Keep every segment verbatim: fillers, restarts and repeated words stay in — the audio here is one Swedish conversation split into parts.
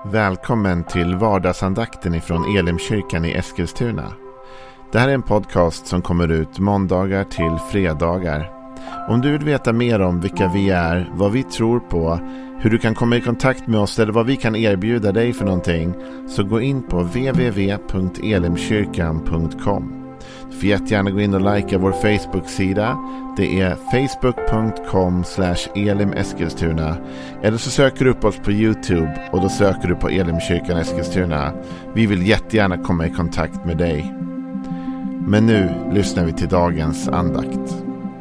Välkommen till vardagsandakten ifrån Elimkyrkan i Eskilstuna. Det här är en podcast som kommer ut måndagar till fredagar. Om du vill veta mer om vilka vi är, vad vi tror på, hur du kan komma i kontakt med oss eller vad vi kan erbjuda dig för någonting, så gå in på w w w punkt elimkyrkan punkt com. Du får jättegärna gå in och likea vår Facebook-sida. Det är facebook punkt com slash elimeskilstuna. Eller så söker du upp oss på YouTube och då söker du på Elimkyrkan Eskilstuna. Vi vill jättegärna komma i kontakt med dig. Men nu lyssnar vi till dagens andakt.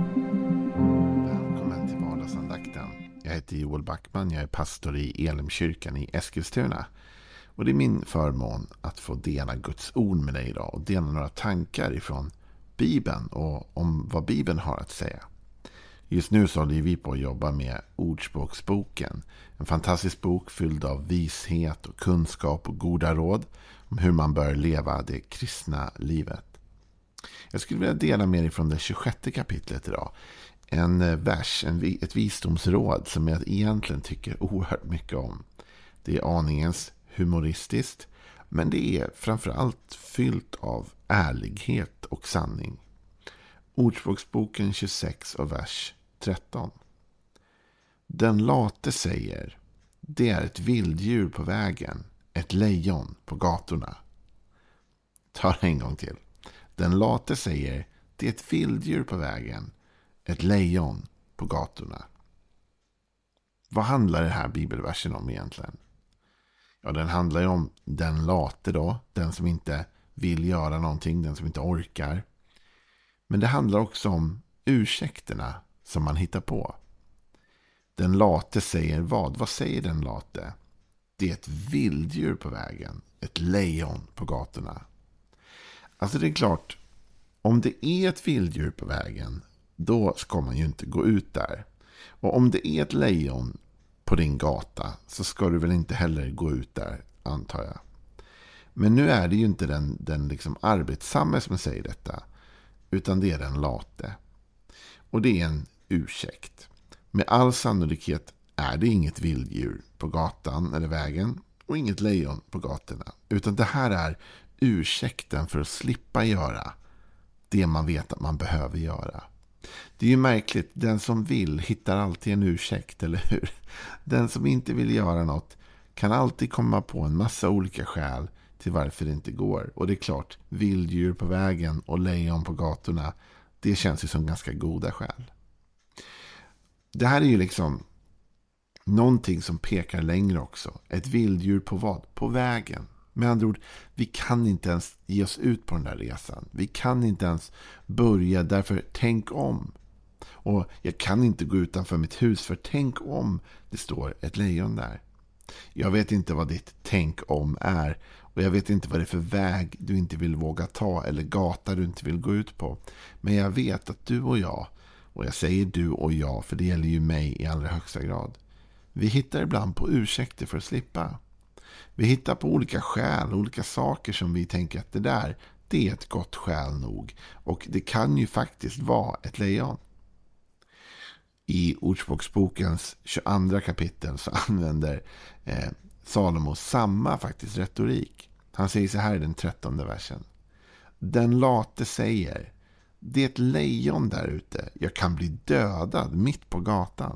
Välkommen till vardagsandakten. Jag heter Joel Backman, jag är pastor i Elimkyrkan i Eskilstuna. Och det är min förmån att få dela Guds ord med dig idag och dela några tankar ifrån Bibeln och om vad Bibeln har att säga. Just nu så håller vi på att jobba med Ordspråksboken. En fantastisk bok fylld av vishet och kunskap och goda råd om hur man bör leva det kristna livet. Jag skulle vilja dela med dig från det tjugosjätte kapitlet idag. En vers, en, ett visdomsråd som jag egentligen tycker oerhört mycket om. Det är aningens humoristiskt, men det är framförallt fyllt av ärlighet och sanning. Ordspråksboken tjugosex och vers tretton. Den late säger, det är ett vilddjur på vägen, ett lejon på gatorna. Ta en gång till. Den late säger, det är ett vilddjur på vägen, ett lejon på gatorna. Vad handlar det här bibelversen om egentligen? Ja, den handlar ju om den late då, den som inte vill göra någonting, den som inte orkar. Men det handlar också om ursäkterna som man hittar på. Den late säger vad? Vad säger den late? Det är ett vilddjur på vägen, ett lejon på gatorna. Alltså det är klart, om det är ett vilddjur på vägen, då ska man ju inte gå ut där. Och om det är ett lejon på din gata så ska du väl inte heller gå ut där, antar jag. Men nu är det ju inte den, den liksom arbetsamme som säger detta, utan det är den late. Och det är en ursäkt. Med all sannolikhet är det inget vilddjur på gatan eller vägen och inget lejon på gatorna, utan det här är ursäkten för att slippa göra det man vet att man behöver göra. Det är ju märkligt, den som vill hittar alltid en ursäkt, eller hur? Den som inte vill göra något kan alltid komma på en massa olika skäl till varför det inte går. Och det är klart, vilddjur på vägen och lejon på gatorna, det känns ju som ganska goda skäl. Det här är ju liksom någonting som pekar längre också. Ett vilddjur på vad? På vägen. Med andra ord, vi kan inte ens ge oss ut på den där resan. Vi kan inte ens börja, därför tänk om. Och jag kan inte gå utanför mitt hus, för tänk om det står ett lejon där. Jag vet inte vad ditt tänk om är, och jag vet inte vad det är för väg du inte vill våga ta eller gata du inte vill gå ut på. Men jag vet att du och jag, och jag säger du och jag för det gäller ju mig i allra högsta grad, vi hittar ibland på ursäkter för att slippa. Vi hittar på olika skäl, olika saker som vi tänker att det där, det är ett gott skäl nog. Och det kan ju faktiskt vara ett lejon. I Ordspråksbokens tjugoandra kapitel så använder eh, Salomo samma faktiskt retorik. Han säger så här i den trettonde versen. Den late säger, det är ett lejon där ute, jag kan bli dödad mitt på gatan.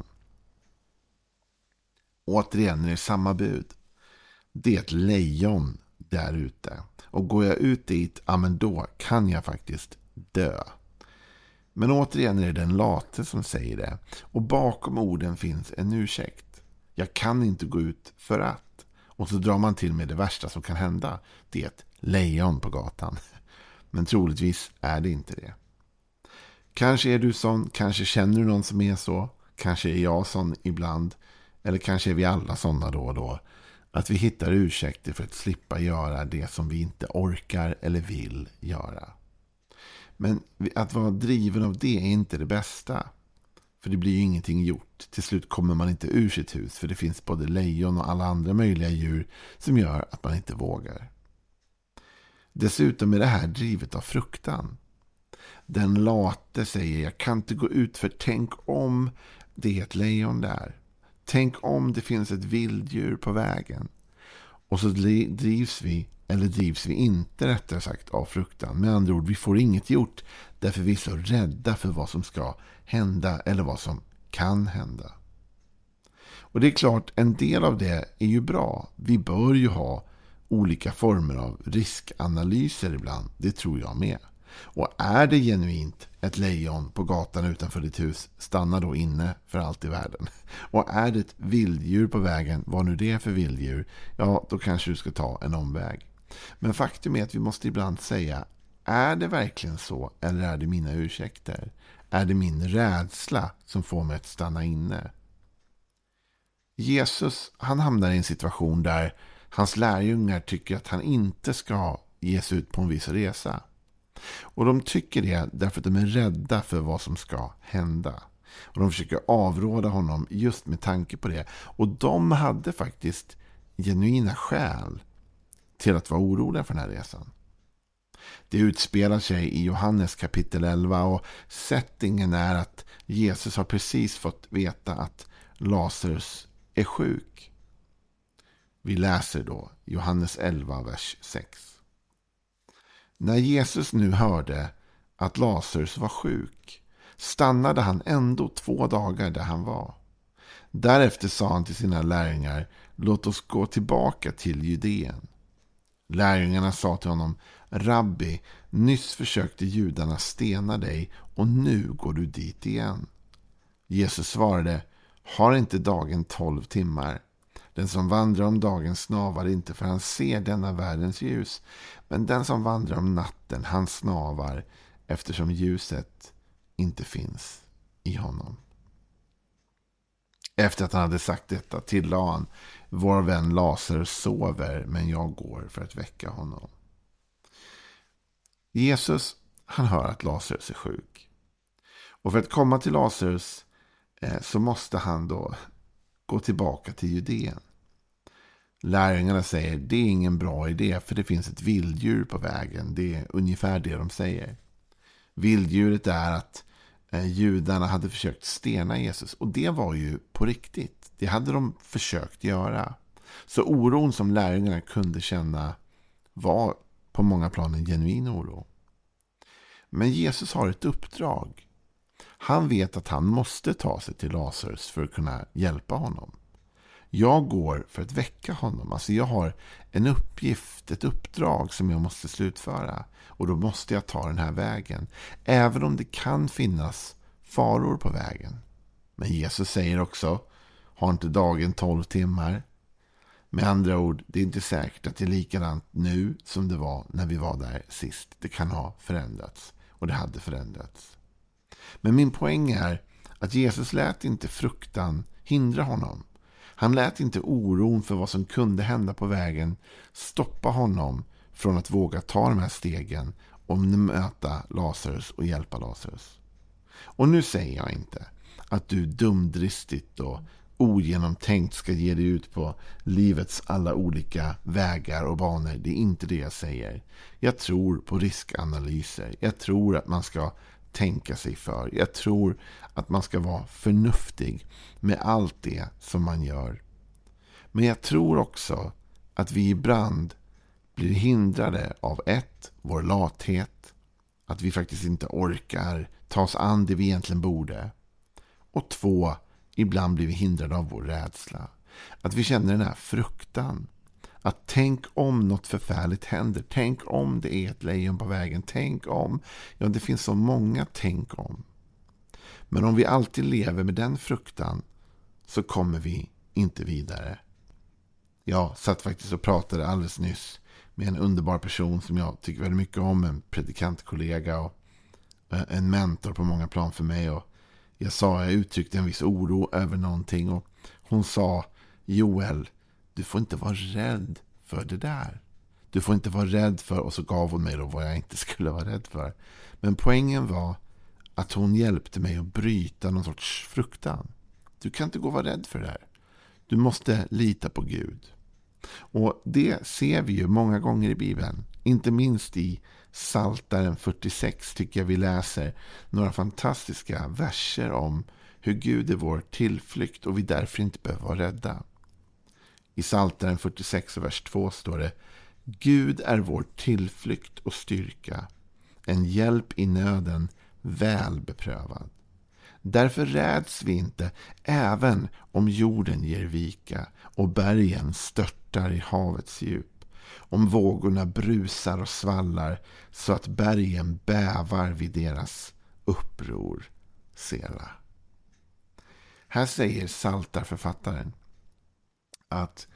Återigen är det samma bud. Det är ett lejon där ute. Och går jag ut dit, ja men då kan jag faktiskt dö. Men återigen är det den late som säger det. Och bakom orden finns en ursäkt. Jag kan inte gå ut för att. Och så drar man till med det värsta som kan hända. Det är ett lejon på gatan. Men troligtvis är det inte det. Kanske är du sån, kanske känner du någon som är så. Kanske är jag sån ibland. Eller kanske är vi alla såna då och då. Att vi hittar ursäkter för att slippa göra det som vi inte orkar eller vill göra. Men att vara driven av det är inte det bästa. För det blir ju ingenting gjort. Till slut kommer man inte ur sitt hus. För det finns både lejon och alla andra möjliga djur som gör att man inte vågar. Dessutom är det här drivet av fruktan. Den late säger, jag kan inte gå ut för tänk om det är ett lejon där. Tänk om det finns ett vilddjur på vägen. Och så drivs vi, eller drivs vi inte rättare sagt, av fruktan. Med andra ord, vi får inget gjort därför vi är så rädda för vad som ska hända eller vad som kan hända. Och det är klart, en del av det är ju bra. Vi bör ju ha olika former av riskanalyser ibland. Det tror jag med. Och är det genuint ett lejon på gatan utanför ditt hus, stanna då inne för allt i världen. Och är det ett vilddjur på vägen, vad nu det är för vilddjur, ja då kanske du ska ta en omväg. Men faktum är att vi måste ibland säga, är det verkligen så eller är det mina ursäkter? Är det min rädsla som får mig att stanna inne? Jesus, han hamnar i en situation där hans lärjungar tycker att han inte ska ge sig ut på en viss resa. Och de tycker det därför att de är rädda för vad som ska hända. Och de försöker avråda honom just med tanke på det. Och de hade faktiskt genuina skäl till att vara oroliga för den här resan. Det utspelar sig i Johannes kapitel elva och settingen är att Jesus har precis fått veta att Lazarus är sjuk. Vi läser då Johannes elva, vers sex. När Jesus nu hörde att Lazarus var sjuk stannade han ändå två dagar där han var. Därefter sa han till sina lärjungar, låt oss gå tillbaka till Judeen. Lärjungarna sa till honom, Rabbi, nyss försökte judarna stena dig och nu går du dit igen. Jesus svarade, har inte dagen tolv timmar? Den som vandrar om dagen snavar inte för han ser denna världens ljus. Men den som vandrar om natten, han snavar eftersom ljuset inte finns i honom. Efter att han hade sagt detta tillade han, vår vän Lazarus sover men jag går för att väcka honom. Jesus, han hör att Lazarus är sjuk. Och för att komma till Lazarus eh, så måste han då gå tillbaka till Judeen. Lärjungarna säger, det är ingen bra idé för det finns ett vilddjur på vägen. Det är ungefär det de säger. Vilddjuret är att eh, judarna hade försökt stena Jesus. Och det var ju på riktigt. Det hade de försökt göra. Så oron som lärjungarna kunde känna var på många plan en genuin oro. Men Jesus har ett uppdrag. Han vet att han måste ta sig till Lazarus för att kunna hjälpa honom. Jag går för att väcka honom. Alltså jag har en uppgift, ett uppdrag som jag måste slutföra. Och då måste jag ta den här vägen. Även om det kan finnas faror på vägen. Men Jesus säger också, har inte dagen tolv timmar? Med andra ord, det är inte säkert att det är likadant nu som det var när vi var där sist. Det kan ha förändrats. Och det hade förändrats. Men min poäng är att Jesus lät inte fruktan hindra honom. Han lät inte oron för vad som kunde hända på vägen stoppa honom från att våga ta de här stegen om att möta Lazarus och hjälpa Lazarus. Och nu säger jag inte att du dumdristigt och ogenomtänkt ska ge dig ut på livets alla olika vägar och banor. Det är inte det jag säger. Jag tror på riskanalyser. Jag tror att man ska tänka sig för. Jag tror att man ska vara förnuftig med allt det som man gör. Men jag tror också att vi ibland blir hindrade av ett, vår lathet. Att vi faktiskt inte orkar ta oss an det vi egentligen borde. Och två, ibland blir vi hindrade av vår rädsla. Att vi känner den här fruktan. Att tänk om något förfärligt händer. Tänk om det är ett lejon på vägen. Tänk om. Ja, det finns så många tänk om. Men om vi alltid lever med den fruktan så kommer vi inte vidare. Jag satt faktiskt och pratade alldeles nyss med en underbar person som jag tycker väldigt mycket om. En predikantkollega och en mentor på många plan för mig. Och jag sa, jag uttryckte en viss oro över någonting och hon sa, Joel, du får inte vara rädd för det där. Du får inte vara rädd för, och så gav hon mig då vad jag inte skulle vara rädd för. Men poängen var att hon hjälpte mig att bryta någon sorts fruktan. Du kan inte gå och vara rädd för det här. Du måste lita på Gud. Och det ser vi ju många gånger i Bibeln. Inte minst i Psaltaren fyrtiosex tycker jag vi läser några fantastiska verser om hur Gud är vår tillflykt och vi därför inte behöver vara rädda. I Psaltaren fyrtiosex och vers två står det: Gud är vår tillflykt och styrka, en hjälp i nöden, väl beprövad. Därför räds vi inte, även om jorden ger vika och bergen störtar i havets djup, om vågorna brusar och svallar så att bergen bävar vid deras uppror. Sela. Här säger psaltarförfattaren att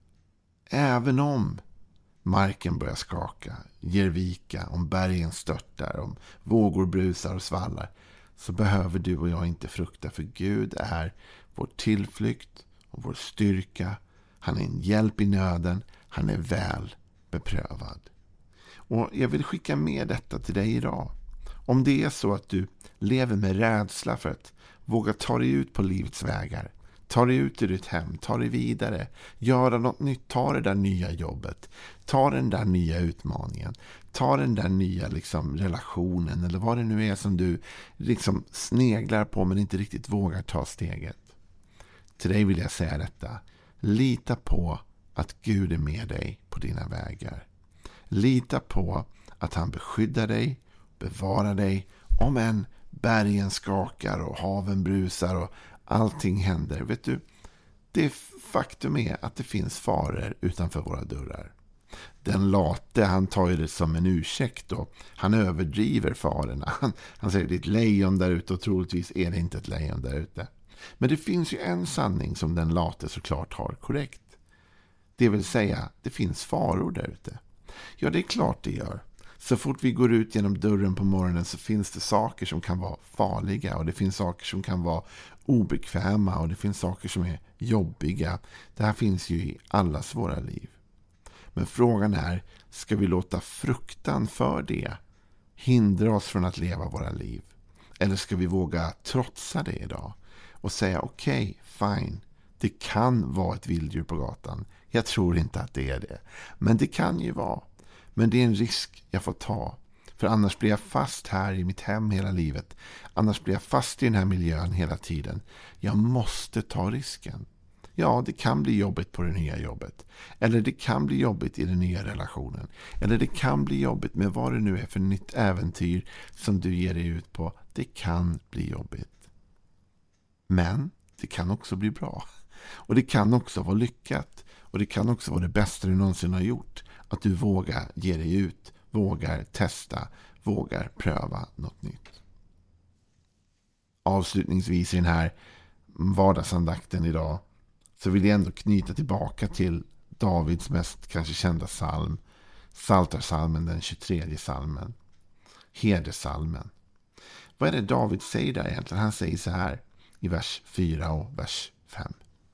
även om marken börjar skaka, ger vika, om bergen störtar, om vågor brusar och svallar, så behöver du och jag inte frukta, för Gud är vår tillflykt och vår styrka. Han är en hjälp i nöden. Han är väl beprövad. Och jag vill skicka med detta till dig idag. Om det är så att du lever med rädsla för att våga ta dig ut på livets vägar, ta dig ut ur ditt hem, ta dig vidare, göra något nytt, ta det där nya jobbet, ta den där nya utmaningen, ta den där nya liksom, relationen eller vad det nu är som du liksom sneglar på men inte riktigt vågar ta steget. Till dig vill jag säga detta: lita på att Gud är med dig på dina vägar. Lita på att han beskyddar dig, bevarar dig, om än bergen skakar och haven brusar och allting händer. Vet du, det faktum är att det finns faror utanför våra dörrar. Den late, han tar ju det som en ursäkt då. Han överdriver farorna. Han, han säger det är ett lejon där ute och troligtvis är det inte ett lejon där ute. Men det finns ju en sanning som den late såklart har korrekt. Det vill säga, det finns faror där ute. Ja, det är klart det gör. Så fort vi går ut genom dörren på morgonen så finns det saker som kan vara farliga och det finns saker som kan vara obekväma och det finns saker som är jobbiga. Det här finns ju i allas våra liv. Men frågan är, ska vi låta fruktan för det hindra oss från att leva våra liv? Eller ska vi våga trotsa det idag och säga okej, okay, fine, det kan vara ett vilddjur på gatan. Jag tror inte att det är det. Men det kan ju vara. Men det är en risk jag får ta. För annars blir jag fast här i mitt hem hela livet. Annars blir jag fast i den här miljön hela tiden. Jag måste ta risken. Ja, det kan bli jobbigt på det nya jobbet. Eller det kan bli jobbigt i den nya relationen. Eller det kan bli jobbigt med vad det nu är för nytt äventyr som du ger dig ut på. Det kan bli jobbigt. Men det kan också bli bra. Och det kan också vara lyckat. Och det kan också vara det bästa du någonsin har gjort. Att du vågar ge dig ut, vågar testa, vågar pröva något nytt. Avslutningsvis i den här vardagsandakten idag så vill jag ändå knyta tillbaka till Davids mest kanske kända psalm, Psaltarpsalmen, den tjugotredje psalmen, Herdepsalmen. Vad är det David säger där egentligen? Han säger så här i vers fyra och vers fem.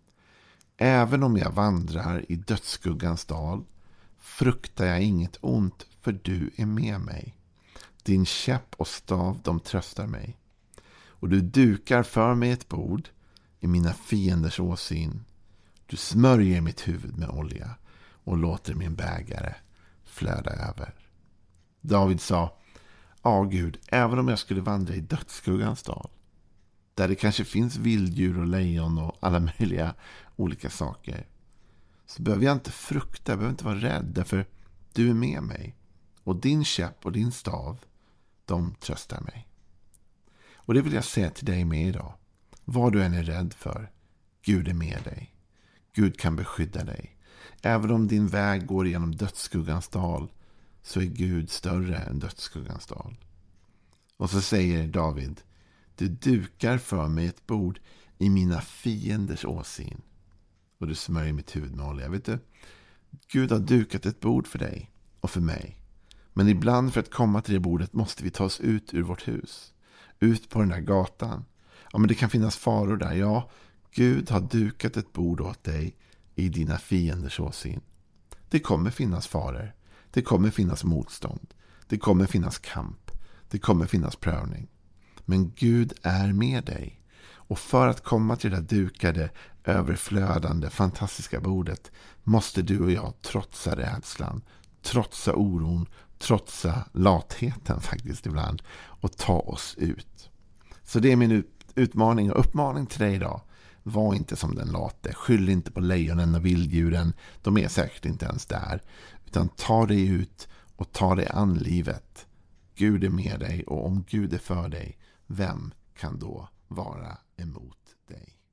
Även om jag vandrar i dödsskuggans dal fruktar jag inget ont, för du är med mig. Din käpp och stav, de tröstar mig. Och du dukar för mig ett bord i mina fienders åsyn. Du smörjer mitt huvud med olja och låter min bägare flöda över. David sa, ja Gud, även om jag skulle vandra i dödsskuggans dal, där det kanske finns vilddjur och lejon och alla möjliga olika saker, så behöver jag inte frukta, jag behöver inte vara rädd, därför du är med mig. Och din käpp och din stav, de tröstar mig. Och det vill jag säga till dig med idag. Vad du än är rädd för, Gud är med dig. Gud kan beskydda dig. Även om din väg går genom dödsskuggans dal, så är Gud större än dödsskuggans dal. Och så säger David, du dukar för mig ett bord i mina fienders åsyn. Och du smörjer mitt huvud med olja. Vet du, Gud har dukat ett bord för dig och för mig. Men ibland för att komma till det bordet måste vi ta oss ut ur vårt hus. Ut på den där gatan. Ja, men det kan finnas faror där. Ja, Gud har dukat ett bord åt dig i dina fienders åsyn. Det kommer finnas faror. Det kommer finnas motstånd. Det kommer finnas kamp. Det kommer finnas prövning. Men Gud är med dig. Och för att komma till det där dukade, överflödande, fantastiska bordet måste du och jag trotsa rädslan, trotsa oron, trotsa latheten faktiskt ibland och ta oss ut. Så det är min utmaning och uppmaning till dig idag. Var inte som den late. Skyll inte på lejonen och vilddjuren. De är säkert inte ens där. Utan ta dig ut och ta dig an livet. Gud är med dig, och om Gud är för dig, vem kan då vara emot dig?